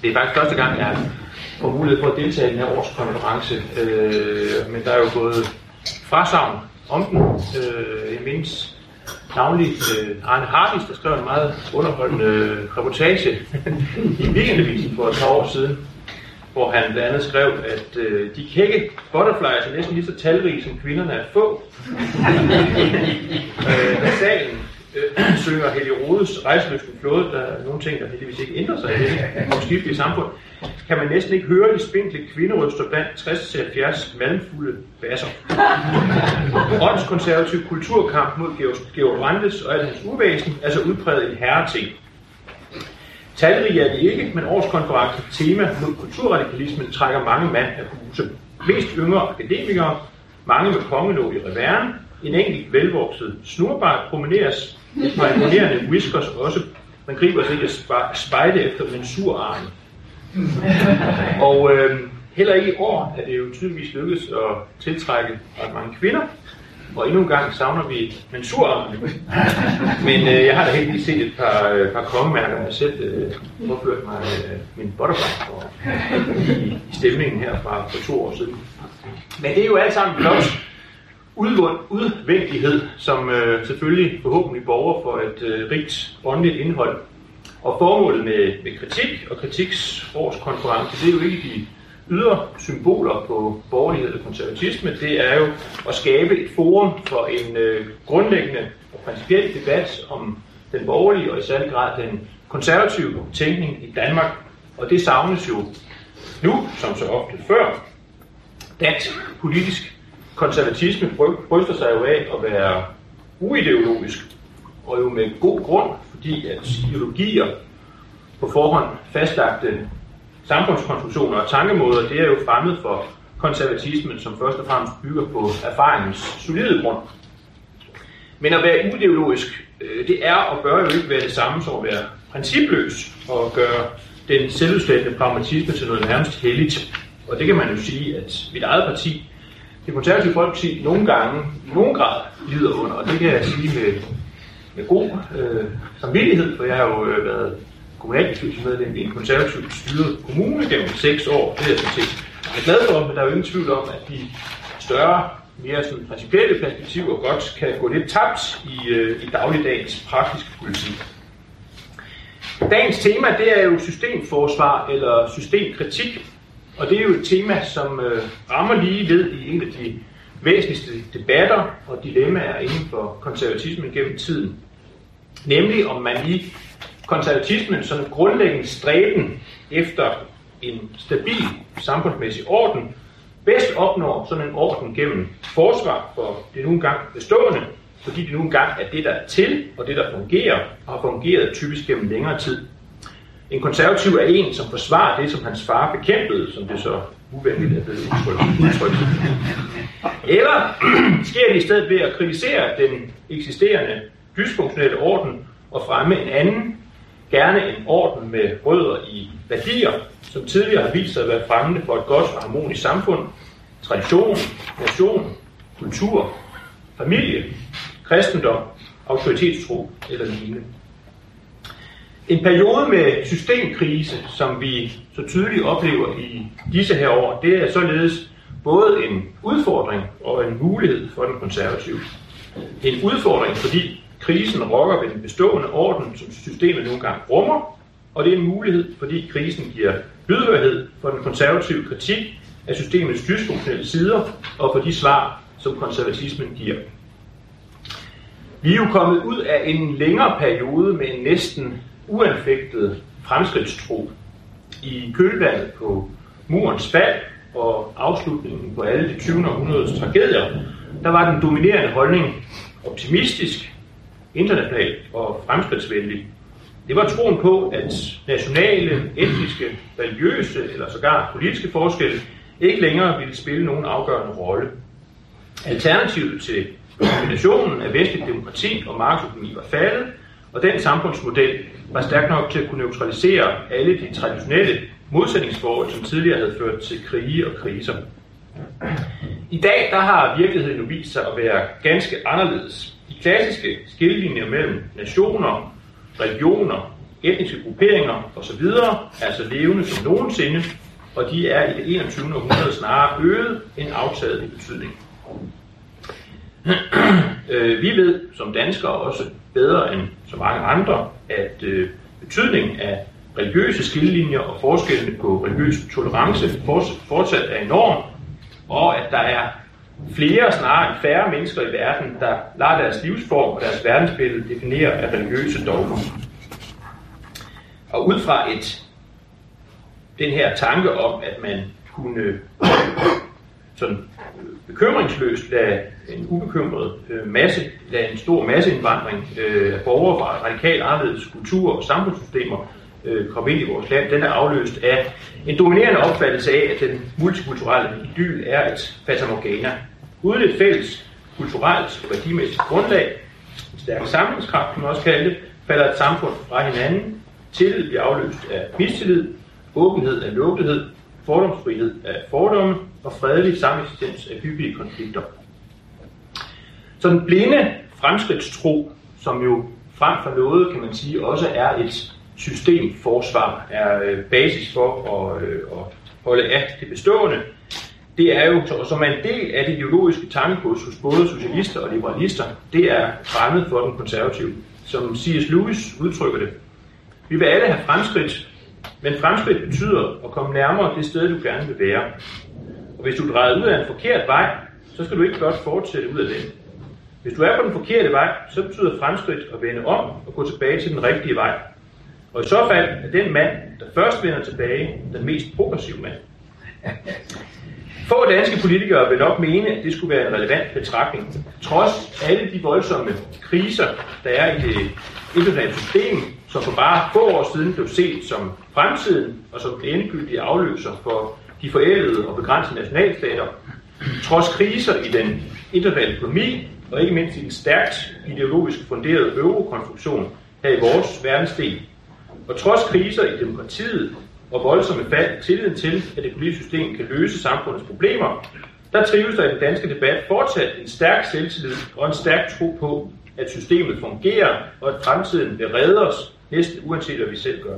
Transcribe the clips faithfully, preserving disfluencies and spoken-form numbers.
Det er faktisk første gang, jeg får mulighed for at deltage i den her årskonference, øh, men der er jo gået frasagn om den. Øh, jeg mindes navnlig øh, Arne Hardis, der skrev en meget underholdende øh, reportage i Weekendavisen for et par år siden, hvor han blandt andet skrev, at øh, de kække butterflies er næsten lige så talrige, som kvinderne er få. øh, da salen øh, synger Helge Rodes Rejseløsten flåde, der er nogle ting, der heldigvis ikke ændrer sig i det omskiftelige samfund, kan man næsten ikke høre de spinkle kvinderøster blandt tres til halvfjerds malmfulde basser. Åndskonservativ kulturkamp mod Georg Brandes og alt hans uvæsen er så udpræget en herreting. Talrige er de ikke, men årskonferencens tema mod kulturradikalismen trækker mange mand af huse. Mest yngre akademikere, mange med kongelåg i reveren, en enkelt velvokset snurbart promeneres, et par imponerende whiskers også. Man griber sig ikke at spejde efter mensurarmen. Og øh, heller ikke i år er det jo tydeligvis lykkedes at tiltrække ret mange kvinder. Og endnu en gang savner vi mensurarmene. Men øh, jeg har da heldigvis set et par, øh, par kongemærker, jeg har selv øh, påført mig øh, min butterfly for, i, i stemningen her fra for to år siden. Men det er jo alt sammen blot udvund, udvendighed, som øh, selvfølgelig forhåbentlig borger for et øh, rigt åndeligt indhold. Og formålet med, med kritik og kritiks årskonference, det er jo ikke de ydre symboler på borgerlighed og konservatisme. Det er jo at skabe et forum for en øh, grundlæggende og principiel debat om den borgerlige og i særlig grad den konservative tænkning i Danmark. Og det savnes jo nu, som så ofte før. Dansk politisk konservatisme bryster sig jo af at være uideologisk, og jo med god grund, fordi at ideologier på forhånd fastlagte samfundskonstruktioner og tankemåder, det er jo fremmed for konservatismen, som først og fremmest bygger på erfaringens solide grund. Men at være uideologisk, det er og bør jo ikke være det samme som at være principløs og gøre den selvudslættende pragmatisme til noget nærmest helligt. Og det kan man jo sige, at mit eget parti, det konservative Folkeparti, nogle gange, i nogen grad lider under, og det kan jeg sige med, med god øh, samvittighed, for jeg har jo øh, været kommunalbestyrelsesmedlem i en konservativt styret kommune gennem seks år. Det er jeg sådan set jeg er glad for, men der er jo ingen tvivl om, at de større, mere sådan principielle perspektiver godt kan gå lidt tabt i, øh, i dagligdagens praktiske politik. Dagens tema, det er jo systemforsvar eller systemkritik, og det er jo et tema, som øh, rammer lige ved i en af de væsentligste debatter og dilemmaer inden for konservatismen gennem tiden. Nemlig om man i konservatismen sådan grundlæggende stræben efter en stabil samfundsmæssig orden bedst opnår sådan en orden gennem forsvar for det nu engang bestående, fordi det nu engang er det, der er til, og det, der fungerer, og har fungeret typisk gennem længere tid. En konservativ er en, som forsvarer det, som hans far bekæmpede, som det så uvenligt er blevet udtrykt. Eller sker det i stedet ved at kritisere den eksisterende dysfunktionelle orden og fremme en anden, gerne en orden med rødder i værdier, som tidligere har vist sig at være fremmende for et godt og harmonisk samfund, tradition, nation, kultur, familie, kristendom, autoritetstro eller lignende. En periode med systemkrise, som vi så tydeligt oplever i disse her år, det er således både en udfordring og en mulighed for den konservative. En udfordring, fordi krisen rokker ved den bestående orden, som systemet nogle gange rummer, og det er en mulighed, fordi krisen giver lydhørhed for den konservative kritik af systemets dysfunktionelle sider og for de svar, som konservatismen giver. Vi er jo kommet ud af en længere periode med en næsten uanfægtet fremskridtstro. I kølvandet på murens fald og afslutningen på alle de tyvende århundredes tragedier, der var den dominerende holdning optimistisk, international og fremskridtsvenlig. Det var troen på, at nationale, etniske, religiøse eller sågar politiske forskelle ikke længere ville spille nogen afgørende rolle. Alternativet til kombinationen af vestlig demokrati og markedsøkonomi var faldet, og den samfundsmodel var stærk nok til at kunne neutralisere alle de traditionelle modsætningsforhold, som tidligere havde ført til krige og kriser. I dag der har virkeligheden jo vist sig at være ganske anderledes. De klassiske skillelinjer mellem nationer, religioner, etniske grupperinger osv. altså levende som nogensinde, og de er i det enogtyvende århundrede snarere øget end aftaget i betydning. Vi ved som danskere også bedre end så mange andre, at øh, betydningen af religiøse skillelinjer og forskellene på religiøs tolerance fortsat er enorm, og at der er flere snarere end færre mennesker i verden, der lader deres livsform og deres verdensbillede definere af religiøse dogmer. Og ud fra et, den her tanke om, at man kunne sådan bekymringsløst lade en ubekymret masse, lade en stor masseindvandring af borgere fra radikalt anderledes kulturer og samfundssystemer komme ind i vores land, den er afløst af en dominerende opfattelse af, at den multikulturelle idyl er et fatamorgana. Uden et fælles kulturelt og værdimæssigt grundlag, en stærk samlingskraft kan man også kalde det, falder et samfund fra hinanden, tillid bliver afløst af mistillid, åbenhed af lukkethed, fordomsfrihed af fordomme og fredelig sameksistens af hyppige konflikter. Så den blinde fremskridtstro, som jo frem for noget, kan man sige, også er et systemforsvar, er basis for at, at holde af det bestående, det er jo, som er en del af det ideologiske tankegods hos både socialister og liberalister, det er fremmed for den konservative. Som C S Lewis udtrykker det. Vi vil alle have fremskridt, men fremskridt betyder at komme nærmere det sted, du gerne vil være. Og hvis du drejer ud af en forkert vej, så skal du ikke blot fortsætte ud af den. Hvis du er på den forkerte vej, så betyder fremskridt at vende om og gå tilbage til den rigtige vej. Og i så fald er den mand, der først vender tilbage, den mest progressive mand. Få danske politikere vil nok mene, at det skulle være en relevant betragtning. Trods alle de voldsomme kriser, der er i det internationale system, som for bare få år siden blev set som fremtiden og som endegyldige afløser for de forældede og begrænsede nationalstater. Trods kriser i den internationale økonomi og ikke mindst i den stærkt ideologisk funderede eurokonstruktion her i vores verdensdel. Og trods kriser i demokratiet og voldsomme fald i tilliden til, at det politiske system kan løse samfundets problemer, der trives der i den danske debat fortsat en stærk selvtillid og en stærk tro på, at systemet fungerer, og at fremtiden vil redde os, næsten uanset hvad vi selv gør.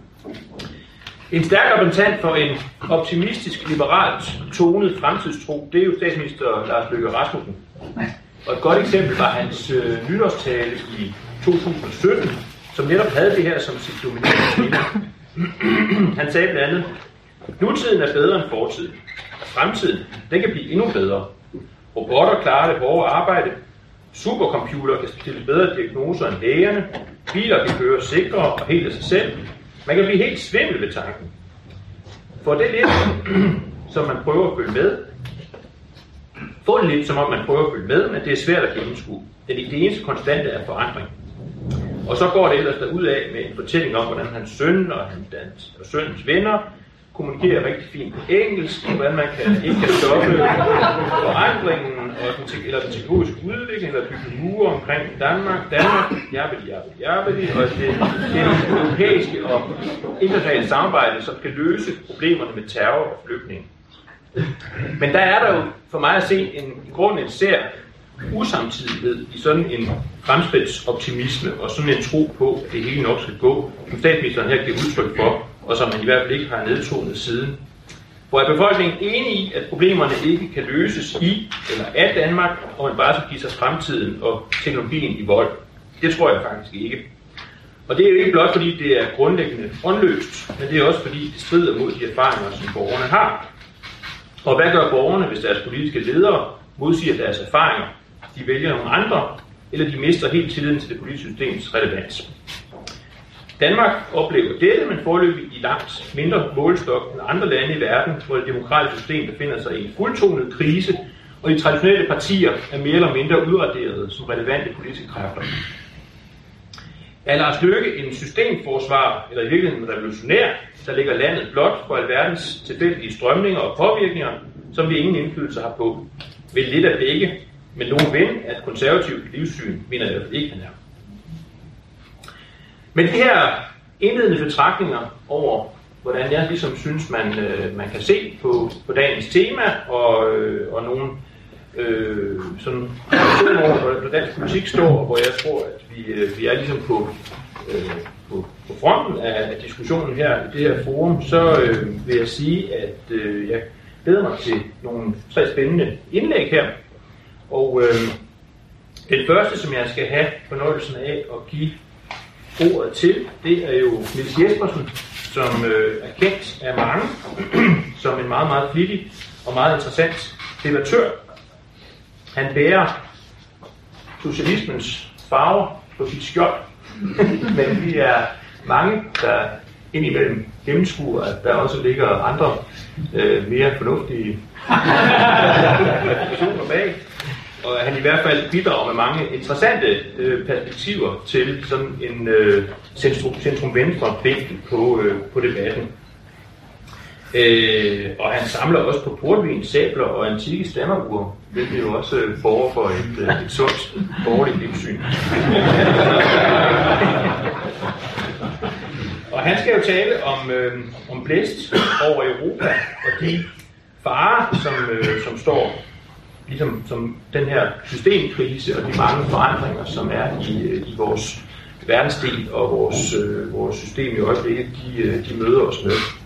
En stærk repræsentant for en optimistisk, liberalt tonet fremtidstro, det er jo statsminister Lars Løkke Rasmussen. Og et godt eksempel var hans øh, nytårstale i to tusind og sytten, som netop havde det her som sit dominerende tema. Han sagde blandt andet, nutiden er bedre end fortiden, og fremtiden, den kan blive endnu bedre. Robotter klarer det hårde arbejde, supercomputer kan stille bedre diagnoser end lægerne, biler kan køre sikrere og helt af sig selv. Man kan blive helt svimmel ved tanken. For det er lidt, som man prøver at følge med. Få det lidt, som om man prøver at følge med, men det er svært at gennemskue. Det eneste konstante er forandring. Og så går det ellers derudad med en fortælling om, hvordan hans søn og, hans, og sønnens venner kommunikerer rigtig fint på engelsk, og hvordan man kan, ikke kan stoppe forandringen og den, eller den teknologiske udvikling, eller bygge mure omkring Danmark, Danmark, jabbedi, jabbedi, jabbedi, og det, det er det europæiske og internationale samarbejde, som skal løse problemerne med terror og flygtninge. Men der er der jo for mig at se en, i grunden en sær usamtidighed i sådan en fremskridtsoptimisme og sådan en tro på, at det hele nok skal gå, som statsministeren her giver udtryk for, og som man i hvert fald ikke har nedtonet siden. Hvor er befolkningen enig i, at problemerne ikke kan løses i eller af Danmark, og man bare skal give sig fremtiden og teknologien i vold? Det tror jeg faktisk ikke. Og det er jo ikke blot fordi det er grundlæggende åndløst, men det er også fordi det strider mod de erfaringer, som borgerne har. Og hvad gør borgerne, hvis deres politiske ledere modsiger deres erfaringer? De vælger nogle andre, eller de mister helt tilliden til det politiske systems relevans. Danmark oplever dette, men foreløbig i langt mindre målestok end andre lande i verden, hvor det demokratiske system befinder sig i en fuldtonet krise, og de traditionelle partier er mere eller mindre udraderede som relevante politiske kræfter. Er Lars Løkke en systemforsvarer, eller i virkeligheden en revolutionær, der lægger landet blot for alverdens tilfældige strømninger og påvirkninger, som vi ingen indflydelse har på? Vel lidt af begge, men nogen ven af et konservativt livssyn, mener jeg ikke, han er. Men de her indledende betragtninger over, hvordan jeg ligesom synes, man, øh, man kan se på, på dagens tema, og, øh, og nogle øh, sådan situationer, hvor dansk politik står, hvor jeg tror, at vi, øh, vi er ligesom på, øh, på, på fronten af, af diskussionen her i det her forum, så øh, vil jeg sige, at øh, jeg glæder mig til nogle tre spændende indlæg her. Og øh, den første, som jeg skal have fornøjelsen af at give ordet til, det er jo Niels Jespersen, som øh, er kendt af mange som en meget, meget flittig og meget interessant debattør. Han bærer socialismens farver på sit skjold, men vi er mange, der indimellem gennemskuer, at der også ligger andre øh, mere fornuftige personer bag. Og han i hvert fald bidrager med mange interessante øh, perspektiver til sådan en øh, centrum-venstre vinkel på, øh, på debatten. Øh, og han samler også på portvin, sabler og antikke stammerure, hvilket jo også øh, borger for et, øh, et sundt borgerligt livssyn. Og han skal jo tale om, øh, om blæst over Europa og de farer, som, øh, som står ligesom som den her systemkrise og de mange forandringer, som er i, i vores verdensdel og vores, øh, vores system i øjeblikket, de, de møder os med.